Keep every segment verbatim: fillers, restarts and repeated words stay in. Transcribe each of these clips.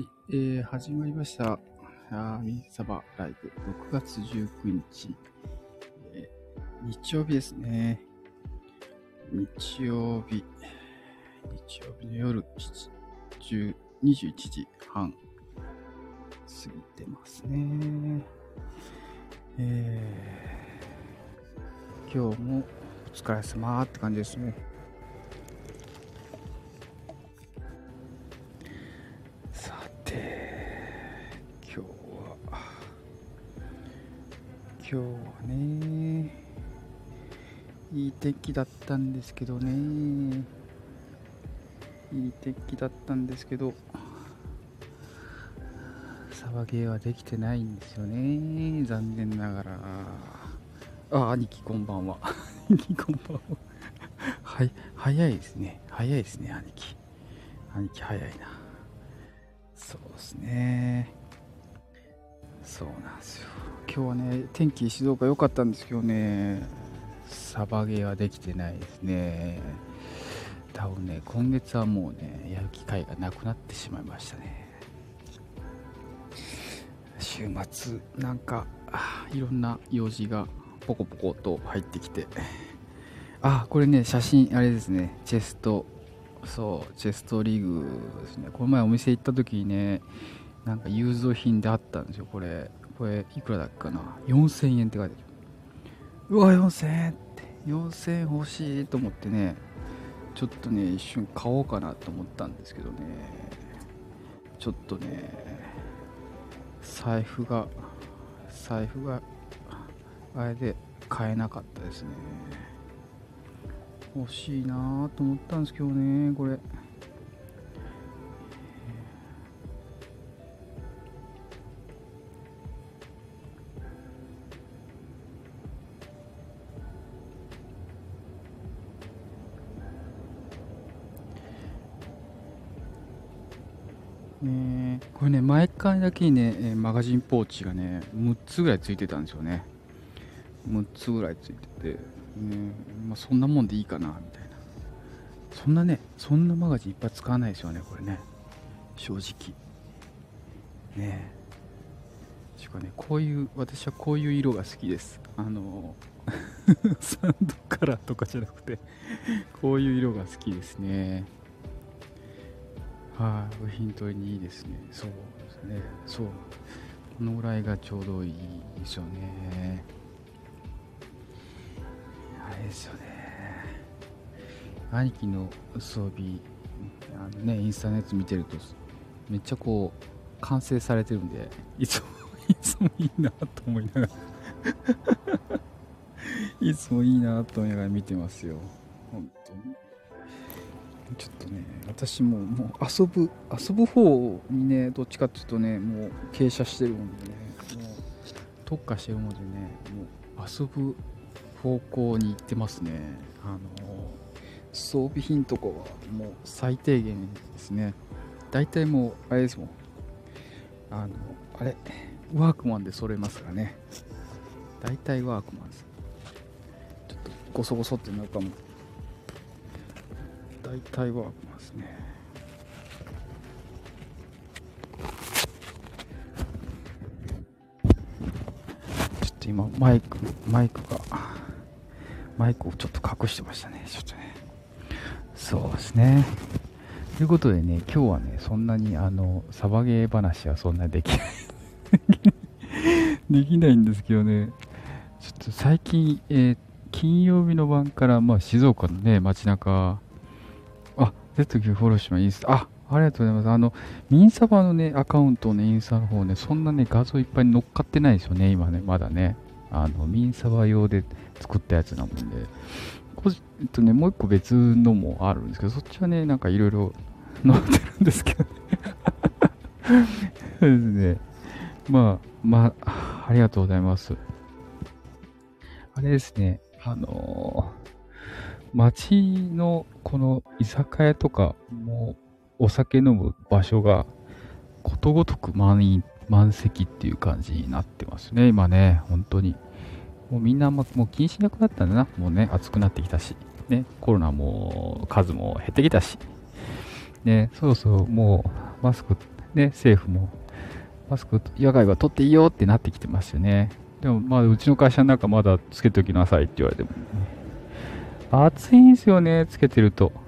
、えー、始まりました。あーミンサバライブろくがつじゅうくにち、えー、日曜日ですね。日曜日、日曜日の夜にじゅういちじはん過ぎてますね。えー、今日もお疲れ様って感じですね。さて、今日は今日はね、いい天気だったんですけどね、いい天気だったんですけど、サバゲーはできてないんですよね、残念ながら。あ、兄貴こんばんは。兄貴こんばんは。はい、早いですね、早いですね、兄貴。兄貴早いな。そうですね。そうなんですよ。今日はね、天気静岡良かったんですけどね、サバゲーはできてないですね。多分ね、今月はもうね、やる機会がなくなってしまいましたね。週末なんかいろんな用事がポコポコと入ってきて、あ、これね、写真あれですね、チェスト、そうチェストリーグですね。この前お店行った時にね、なんか融造品であったんですよ。これこれいくらだっけかな、よんせんえんって書いてある。うわ、よんせんえんって、よんせんえん欲しいと思ってね、ちょっとね一瞬買おうかなと思ったんですけどね、ちょっとね財布が財布があれで買えなかったですね。欲しいなと思ったんですけどね、これ。ね、これね、毎回だけにね、マガジンポーチがね、むっつぐらいついてたんですよね。むっつぐらいついてて、ね、まあ、そんなもんでいいかなみたいな。そんなね、そんなマガジンいっぱい使わないですよね、これね、正直。ねえ。しかね、こういう、私はこういう色が好きです。あの、サンドカラーとかじゃなくて、こういう色が好きですね。はい、部品取りにいいですね。そうですね。そう。このぐらいがちょうどいいですよね。あれですよね。兄貴の装備、あのね、インスタのやつ見てると、めっちゃこう、完成されてるんで、いつも、いつもいいなと思いながら、いつもいいなと思いながら見てますよ。本当に。ちょっとね、私ももう遊ぶ遊ぶ方にね、どっちかっていうとね、もう傾斜してるもんでね、もう特化してるもんでね、もう遊ぶ方向に行ってますね。あの装備品とかはもう最低限ですね。大体もうあれですもん、あのあれワークマンで揃えますからね。大体ワークマンです。ちょっとゴソゴソってなるかも。大体ワークマンですね。ちょっと今マイクマイクがマイクをちょっと隠してましたね。ちょっとね。そうですね。ということでね、今日はね、そんなにあのサバゲー話はそんなにできないできないんですけどね、ちょっと最近、えー金曜日の晩から、まあ、静岡のね、街中、あ、Z フォローしまインスタ、あ、ありがとうございます。あの、ミンサバのね、アカウントね、インスタの方ね、そんなね、画像いっぱい乗っかってないですよね、今ね、まだね。あの、ミンサバ用で作ったやつなもんで。こじえっとね、もう一個別のもあるんですけど、そっちはね、なんかいろいろ載ってるんですけどね。そうですね。まあ、まあ、ありがとうございます。あれですね、あのー街のこの居酒屋とかもお酒飲む場所がことごとく満員、満席っていう感じになってますね、今ね、本当に。もうみんなもう気にしなくなったんだな、もうね、暑くなってきたし、ね、コロナも数も減ってきたし、ね、そろそろもうマスクね、政府もマスク野外は取っていいよってなってきてますよね。でもまあうちの会社なんかまだつけておきなさいって言われても、暑いんですよね、つけてると。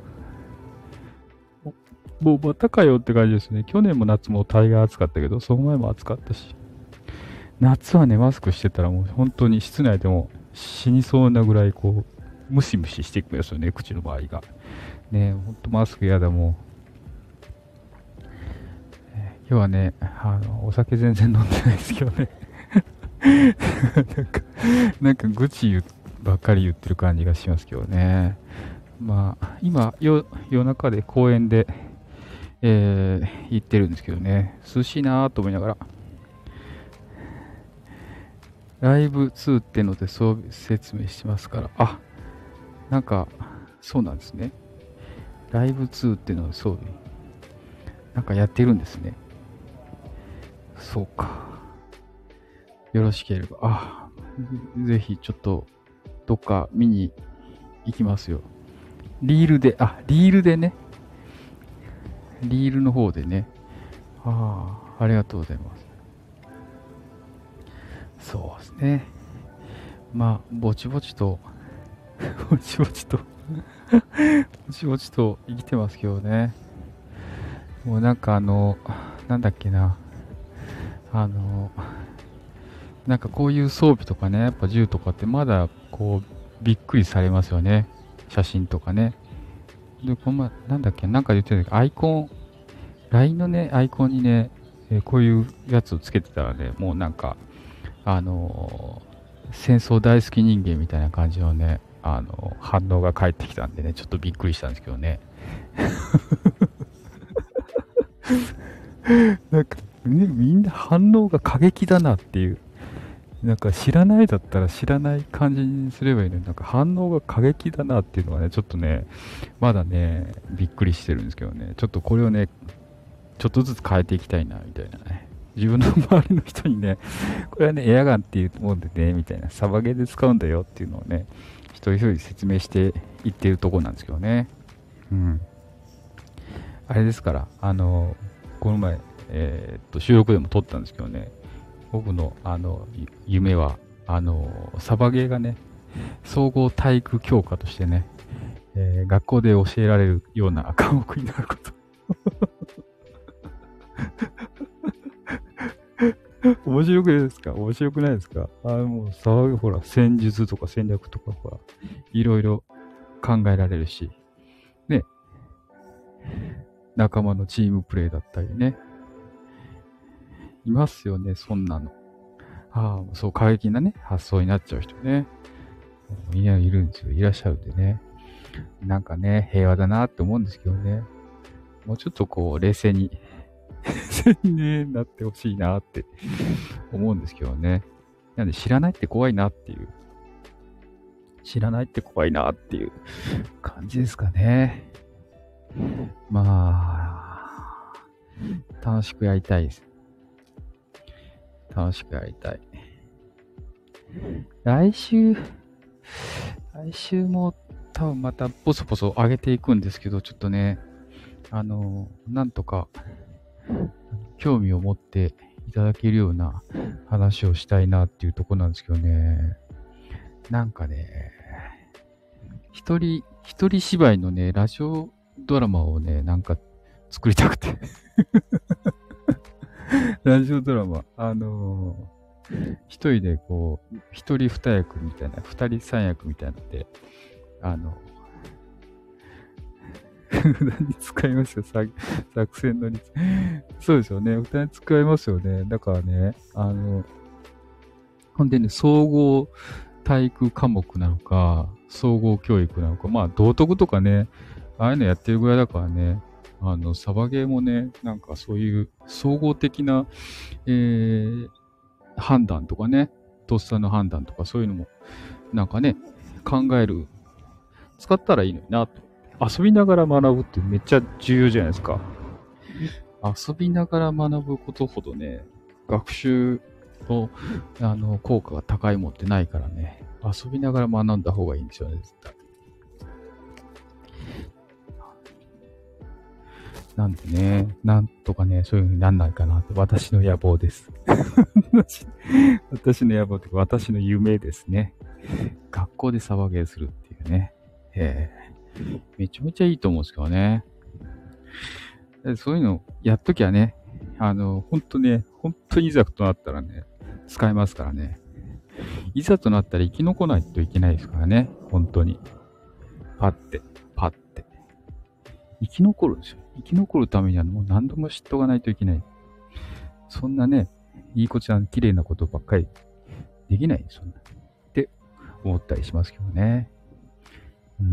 もうまたかよって感じですね。去年も夏も大概暑かったけど、その前も暑かったし。夏はね、マスクしてたらもう本当に室内でも死にそうなぐらいこう、ムシムシしていくんですよね、口の周りが。ね、ほんとマスク嫌だもん。今日はね、あの、お酒全然飲んでないですけどね。なんか、なんか愚痴言うばっかり言ってる感じがしますけどね。まあ、今、夜夜中で公園で、えー、行ってるんですけどね、涼しいなと思いながら、ライブツーってのでそう説明してますから、あ、なんか、そうなんですね。ライブツーってのでそう、なんかやってるんですね。そうか。よろしければ、あ、ぜひちょっと、どっか見に行きますよ。リールで、あ、リールでね。リールの方でね。ああ、ありがとうございます。そうですね。まあ、ぼちぼちと、ぼちぼちと、ぼちぼちと生きてますけどね。もうなんかあの、なんだっけな。あの、なんかこういう装備とかね、やっぱ銃とかってまだこう、びっくりされますよね。写真とかね。で、この前、なんだっけ、なんか言ってたけど、アイコン、ライン のね、アイコンにね、えーこういうやつをつけてたらね、もうなんか、あのー戦争大好き人間みたいな感じのね、あのー反応が返ってきたんでね、ちょっとびっくりしたんですけどね。なんか、ね、みんな反応が過激だなっていう。なんか知らないだったら知らない感じにすればいいのに、なんか反応が過激だなっていうのはね、ちょっとね、まだね、びっくりしてるんですけどね、ちょっとこれをね、ちょっとずつ変えていきたいな、みたいなね。自分の周りの人にね、これはね、エアガンっていうもんでね、みたいな、サバゲーで使うんだよっていうのをね、一人一人説明していってるところなんですけどね。うん。あれですから、あの、この前、えーっと、収録でも撮ったんですけどね、僕の、あの、ゆ夢は、あの、サバゲーがね、総合体育教科としてね、えー学校で教えられるような科目になること。面白くないですか？面白くないですか？あの、もう、騒ぐ、ほら、戦術とか戦略とか、ほら、いろいろ考えられるし、ね、仲間のチームプレーだったりね、いますよね、そんなの。ああ、そう、過激なね、発想になっちゃう人ね。みんないるんですよ。いらっしゃるんでね。なんかね、平和だなって思うんですけどね。もうちょっとこう、冷静に、冷静にね、なってほしいなって思うんですけどね。なんで知らないって怖いなっていう。知らないって怖いなっていう感じですかね。まあ、楽しくやりたいです。楽しくやりたい。来週、来週も多分またポソポソ上げていくんですけど、ちょっとね、あの、なんとか興味を持っていただけるような話をしたいなっていうところなんですけどね。なんかね、一人、一人芝居のね、ラジオドラマをね、なんか作りたくて。ラジオドラマ、あのー一人でこう、一人二役みたいな、二人三役みたいなので、あの、何使いますよ、作作戦の率。そうですよね。歌に使いますよね。だからね、あの、ほんでね、総合体育科目なのか、総合教育なのか、まあ、道徳とかね、ああいうのやってるぐらいだからね、あの、サバゲーもね、なんかそういう総合的な、えー、判断とかね、とっさの判断とかそういうのも、なんかね、考える、使ったらいいのになと。遊びながら学ぶってめっちゃ重要じゃないですか。遊びながら学ぶことほどね、学習の、あの、効果が高いもんってないからね、遊びながら学んだ方がいいんですよね、絶対。 なんでね、なんとかね、そういう風になんないかなって私の野望です。私私の野望というか私の夢ですね。学校でサバゲーするっていうね。えー、めちゃめちゃいいと思うんですけどね。そういうのやっときゃね、あの、ほんとね、本当にいざとなったらね、使えますからね。いざとなったら生き残らないといけないですからね。本当に。パッて、パッて。生き残るんですよ。生き残るためにはもう何度も知っとかないといけない。そんなね、いい子ちゃん、綺麗なことばっかりできない。そんな。って思ったりしますけどね。うん。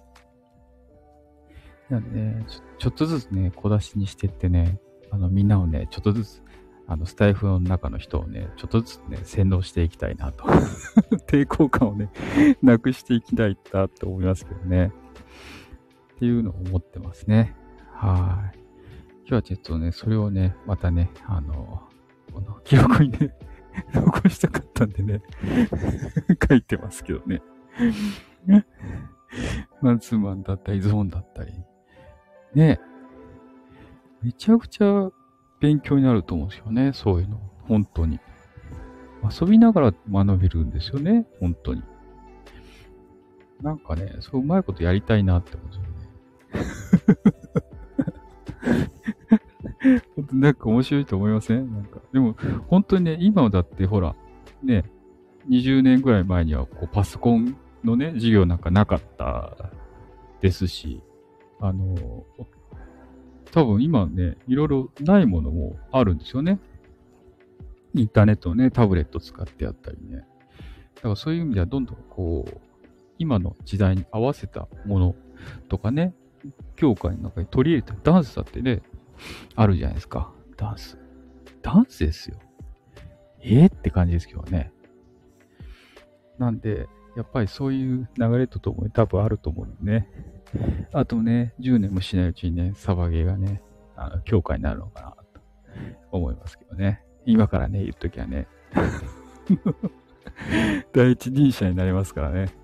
いやね、ちょ、ちょっとずつね、小出しにしてってね、あの、みんなをね、ちょっとずつ、あの、スタイフの中の人をね、ちょっとずつね、洗脳していきたいなと。抵抗感をね、なくしていきたいなと思いますけどね。っていうのを思ってますね。はい。今日はちょっとね、それをね、またね、あの、この記録にね、残したかったんでね、書いてますけどね。マンツーマンだったり、ゾーンだったり。ね、めちゃくちゃ勉強になると思うんですよね、そういうの。本当に。遊びながら学べるんですよね、本当に。なんかね、そううまいことやりたいなって思うんですよね。本当になんか面白いと思いません？なんか、でも、本当にね、今だってほら、ね、にじゅうねんぐらい前にはこうパソコンのね、授業なんかなかったですし、あの、多分今ね、いろいろないものもあるんですよね。インターネットのね、タブレット使ってやったりね。だからそういう意味ではどんどんこう、今の時代に合わせたものとかね、教会の中に取り入れたダンスだってね、あるじゃないですか。ダンス。ダンスですよ。えー、って感じですけどね。なんで、やっぱりそういう流れとともに多分あると思うんでね。あとね、じゅうねんもしないうちにね、サバゲーがね、あの、教会になるのかなと思いますけどね。今からね、言っときはね、第一人者になりますからね。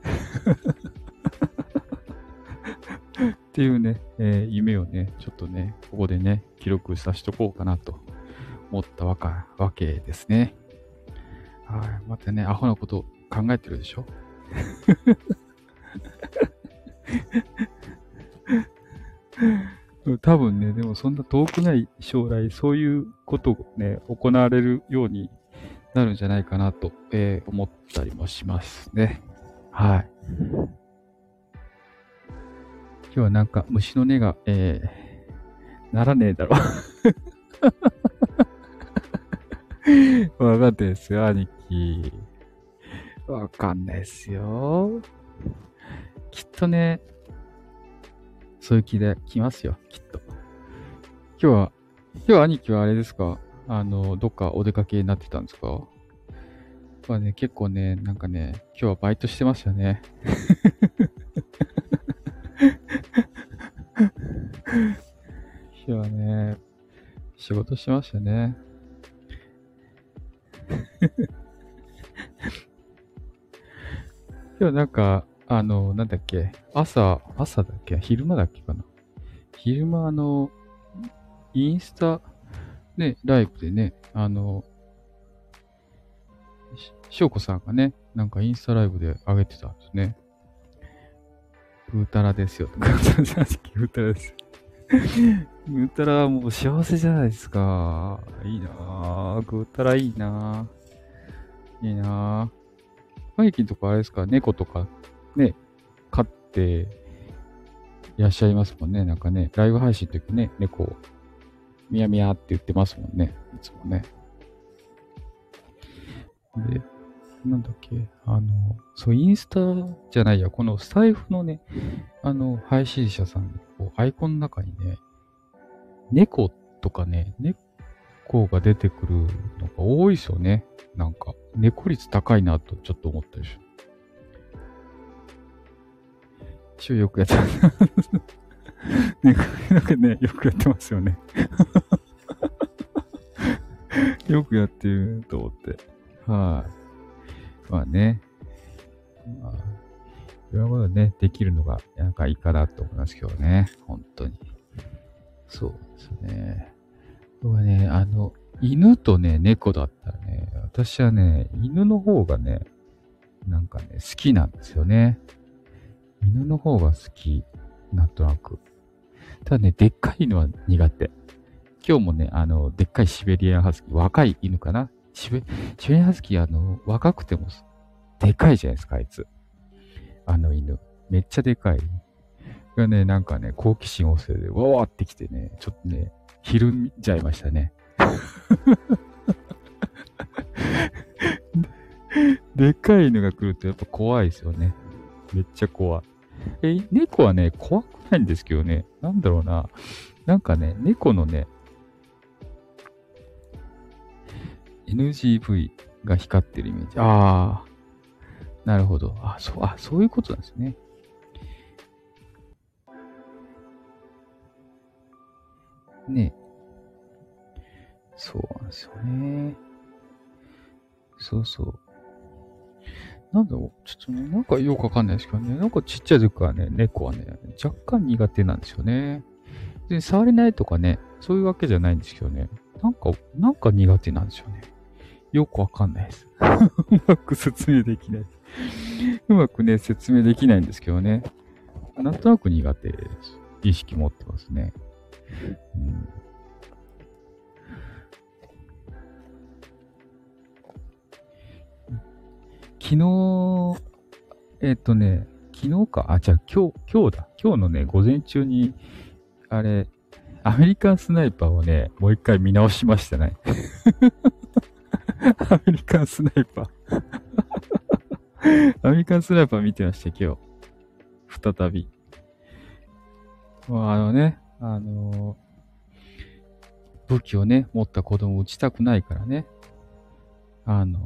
っていうね、えー、夢をね、ちょっとね、ここでね、記録させとこうかなと思ったわかわけですね。はい。またね、アホなこと考えてるでしょ多分ね、でもそんな遠くない将来、そういうことをね、行われるようになるんじゃないかなと、えー思ったりもしますね。はい。今日はなんか虫の音が、えー、ならねえだろ。わかんないですよ、兄貴。わかんないですよ。きっとね、そういう気で来ますよ、きっと。今日は、今日は兄貴はあれですか？あの、どっかお出かけになってたんですか？まあね、結構ね、なんかね、今日はバイトしてましたね。今日はね、仕事してましたね。今日なんか、あの、なんだっけ、朝、朝だっけ昼間だっけかな。昼間あの、インスタ、ね、ライブでね、あの、しょうこさんがね、なんかインスタライブで上げてたんですね。ぐーたらですよ。ぐーたらです。ぐーたらはもう幸せじゃないですか。いいなぁ。ぐーたらいいなぁ。いいなぁ。バイキンとかあれですか、猫とかね、飼っていらっしゃいますもんね。なんかね、ライブ配信の時ね、猫、ミヤミヤって言ってますもんね。いつもね。で、なんだっけ、あの、そう、インスタじゃないや、このスタイフのね、あの、配信者さん、こうアイコンの中にね、猫とかね、猫が出てくるのが多いですよね。なんか、猫率高いなとちょっと思ったでしょ。一応よくやってます。ね、なんかね、よくやってますよね。よくやってると思って。はい、まあね。まあ、いろんなことね、できるのが、なんかいいかなと思いますけどね。本当に。 そうですね。僕はね、あの、犬とね、猫だったらね、私はね、犬の方がね、なんかね、好きなんですよね。犬の方が好き。なんとなく。ただね、でっかい犬は苦手。今日もね、あの、でっかいシベリアンハスキー、若い犬かなシベ、シベリアンハスキー、あの、若くても、でかいじゃないですか、あいつ。あの犬。めっちゃでかい。がね、なんかね、好奇心旺盛で、わーってきてね、ちょっとね、ひるんじゃいましたね。でっかい犬が来るとやっぱ怖いですよね。めっちゃ怖い。え、猫はね、怖くないんですけどね。なんだろうな。なんかね、猫のね、エヌジーブイ が光ってるイメージ。ああ、なるほど。あ、そう、あ、そういうことなんですね。ね。そうなんですよね。そうそう。なんだろう、ちょっとね、なんかよくわかんないですけどね、なんかちっちゃい時からね、猫はね、若干苦手なんですよね。で、触れないとかね、そういうわけじゃないんですけどね、なんか、なんか苦手なんですよね。よくわかんないです。うまく説明できない。うまくね、説明できないんですけどね。なんとなく苦手です。意識持ってますね。うん、昨日、えっとね、昨日か、あ、じゃあ今日、今日だ。今日のね、午前中に、あれ、アメリカンスナイパーをね、もう一回見直しましたね。アメリカンスナイパー。アメリカンスナイパー見てました、今日。再び。もうあのね、あのー武器をね、持った子供を撃ちたくないからね。あのー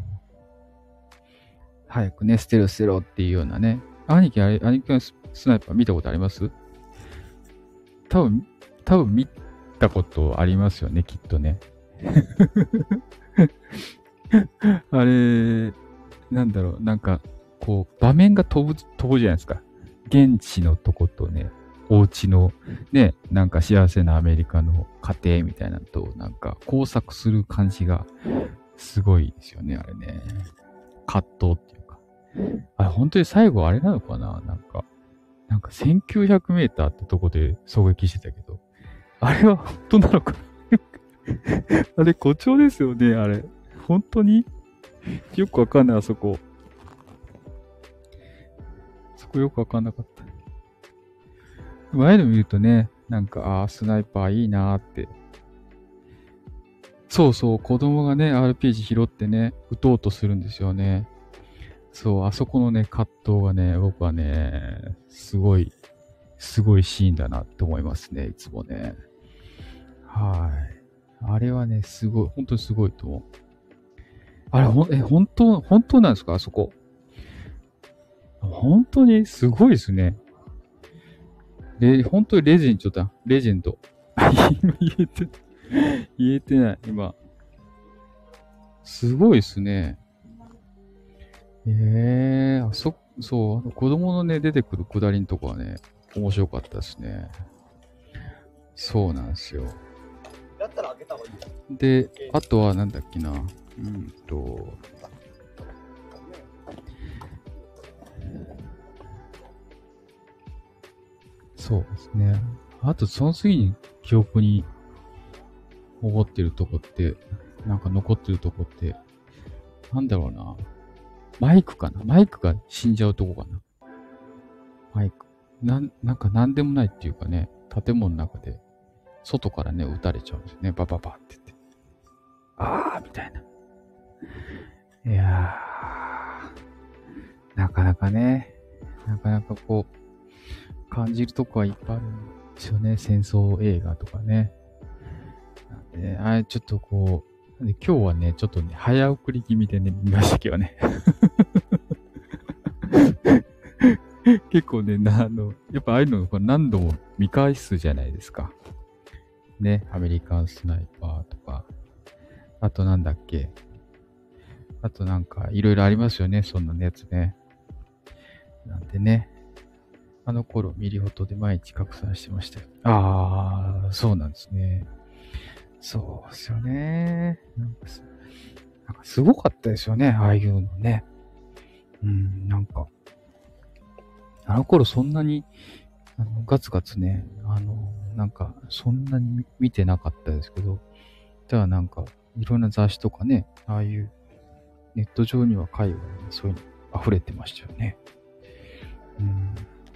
早くね、捨てろ捨てろっていうようなね。兄貴、あれ、兄貴のスナイパー見たことあります？多分、多分見たことありますよね、きっとね。あれ、なんだろう、なんか、こう、場面が飛ぶ、飛ぶじゃないですか。現地のとことね、お家の、ね、なんか幸せなアメリカの家庭みたいなのと、なんか交錯する感じが、すごいですよね、あれね。葛藤っていうか。あれ、本当に最後あれなのかななんか、なんかせんきゅうひゃくメーターってとこで狙撃してたけど、あれは本当なのかなあれ誇張ですよね、あれ。本当によくわかんない、あそこ。そこよくわかんなかった。前の見るとね、なんか、ああ、スナイパーいいなーって。そうそう、子供がね、アールピージー 拾ってね、撃とうとするんですよね。そう、あそこのね、葛藤がね、僕はね、すごい、すごいシーンだなって思いますね、いつもね。はい。あれはね、すごい、本当にすごいと思う。あれ、ほん、え、本当、本当なんですかあそこ。本当にすごいですね。レ、本当にレジェンドだ。レジェンド。今言えて、言えてない、今。すごいですね。ええー、あそ、そう、あの子供のね、出てくるくだりのとこはね、面白かったですね。そうなんですよ。で、あとはなんだっけな。うんと、そうですね。あと、その次に記憶に残ってるとこって、なんか残ってるとこって、なんだろうな。マイクかなマイクが死んじゃうとこかなマイク。なん、なんかなんでもないっていうかね、建物の中で、外からね、撃たれちゃうんですよね。バババって言って。あーみたいな。いやー、なかなかね、なかなかこう、感じるとこはいっぱいあるんですよね。戦争映画とかね。なんでね、あれちょっとこう、で今日はね、ちょっとね、早送り気味でね、見ましたけどね。結構ね、な、あの、やっぱああいうのこう何度も見返すじゃないですか。ね、アメリカンスナイパーとか。あとなんだっけ。あとなんかいろいろありますよね、そんなやつね。なんでね。 あの頃ミリフォトで毎日拡散してましたよ。ああ、そうなんですね。そうですよね。なんかす、なんかすごかったですよね、ああいうのね。うん、なんか、あの頃そんなに、あのガツガツね、あの、なんか、そんなに見てなかったですけど、じゃあなんか、いろんな雑誌とかね、ああいうネット上には海外にそういうの溢れてましたよね。うん。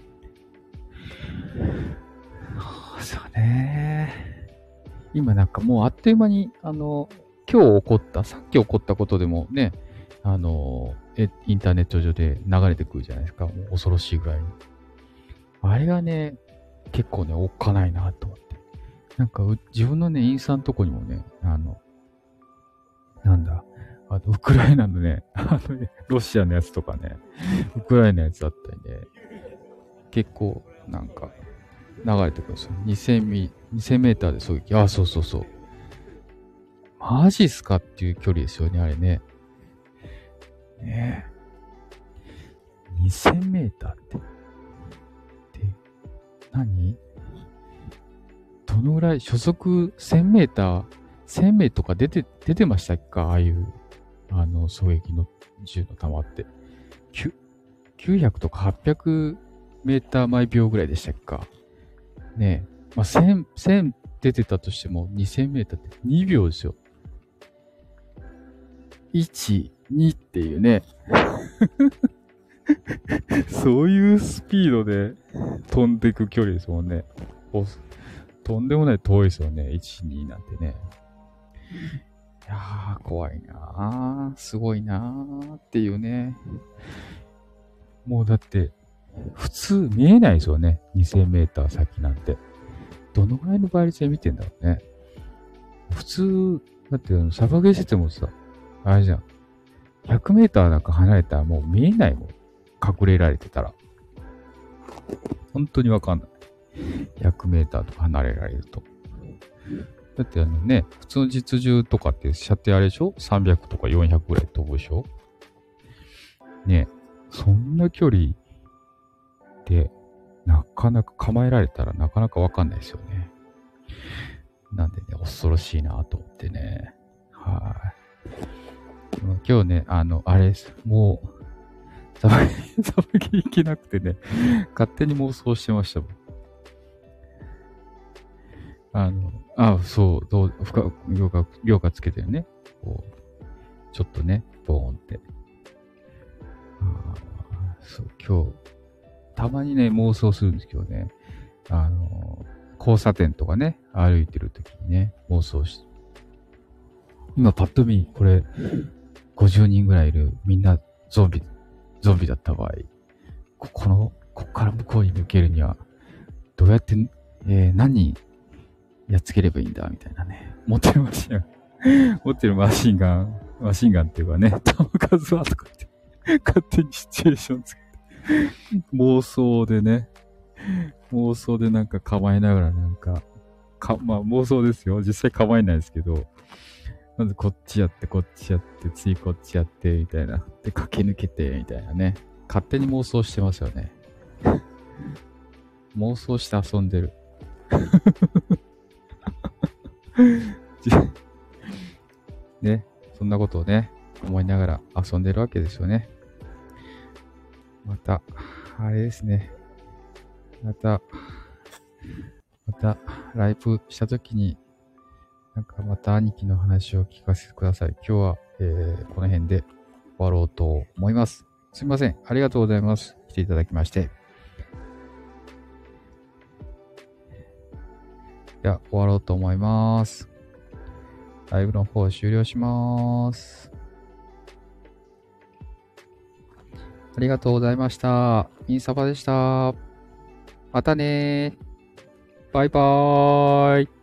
そうね。今なんかもうあっという間に、あの、今日起こった、さっき起こったことでもね、あの、えインターネット上で流れてくるじゃないですか。もう恐ろしいぐらいに。あれがね、結構ね、おっかないなと思って。なんか自分のね、インスタのとこにもね、あの、なんだ、あの、ウクライナのね、あのね、ロシアのやつとかね、ウクライナのやつだったりね、結構、なんか、流れてくるんですよ。にせんミリ、にせんメーターで狙撃。あ、そうそうそう。マジっすかっていう距離ですよね、あれね。ねえ。にせんメーターって。で、何どのぐらい、初速せんメーター、せんメーとか出て、出てましたっけかああいう、あの、狙撃の銃の弾って。きゅきゅうひゃくとかはっぴゃくメーター毎秒ぐらいでしたっけかねえ。まあ、せん、せん出てたとしてもにせんメーターってにびょうですよ。いち、にっていうね。そういうスピードで飛んでいく距離ですもんね。とんでもない遠いですよね。いち、になんてね。いやー、怖いなー。すごいなーっていうね。もうだって、普通見えないですよね。にせんメーター先なんて。どのぐらいの倍率で見てんだろうね。普通、だってサバゲーしててもさ、あれじゃん。ひゃくメーターなんか離れたらもう見えないもん。隠れられてたら。本当にわかんない。ひゃくメーターとか離れられると。だってあのね、普通の実銃とかって射程あれでしょ ?さんびゃく とかよんひゃくぐらい飛ぶでしょね、そんな距離で、なかなか構えられたらなかなかわかんないですよね。なんでね、恐ろしいなと思ってね。はい。今日ね、あの、あれです。もう、サバゲー、サバゲー行けなくてね、勝手に妄想してましたもん。あの、あ、そう、どう、深く、量が、量がつけてね、こう、ちょっとね、ボーンって。あそう、今日、たまにね、妄想するんですけどね、あの、交差点とかね、歩いてるときにね、妄想し、今パッと見、これ、ごじゅうにんぐらいいる、みんなゾンビ、ゾンビだった場合、ここの、こっから向こうに抜けるには、どうやって、えー、何人やっつければいいんだ、みたいなね。持ってるマシンガン、持ってるマシンガン、マシンガンっていうかね、弾数はとかって、勝手にシチュエーションつけて、妄想でね、妄想でなんか構えながらなんか、か、まあ妄想ですよ。実際構えないですけど、まずこっちやって、こっちやって、次こっちやって、みたいな。で、駆け抜けて、みたいなね。勝手に妄想してますよね。妄想して遊んでる。ね。そんなことをね、思いながら遊んでるわけですよね。また、あれですね。また、また、ライブしたときに、なんかまた兄貴の話を聞かせてください。今日は、えー、この辺で終わろうと思います。すみません。ありがとうございます。来ていただきまして。では、終わろうと思います。ライブの方終了します。ありがとうございました。インサバでした。またねー。バイバーイ。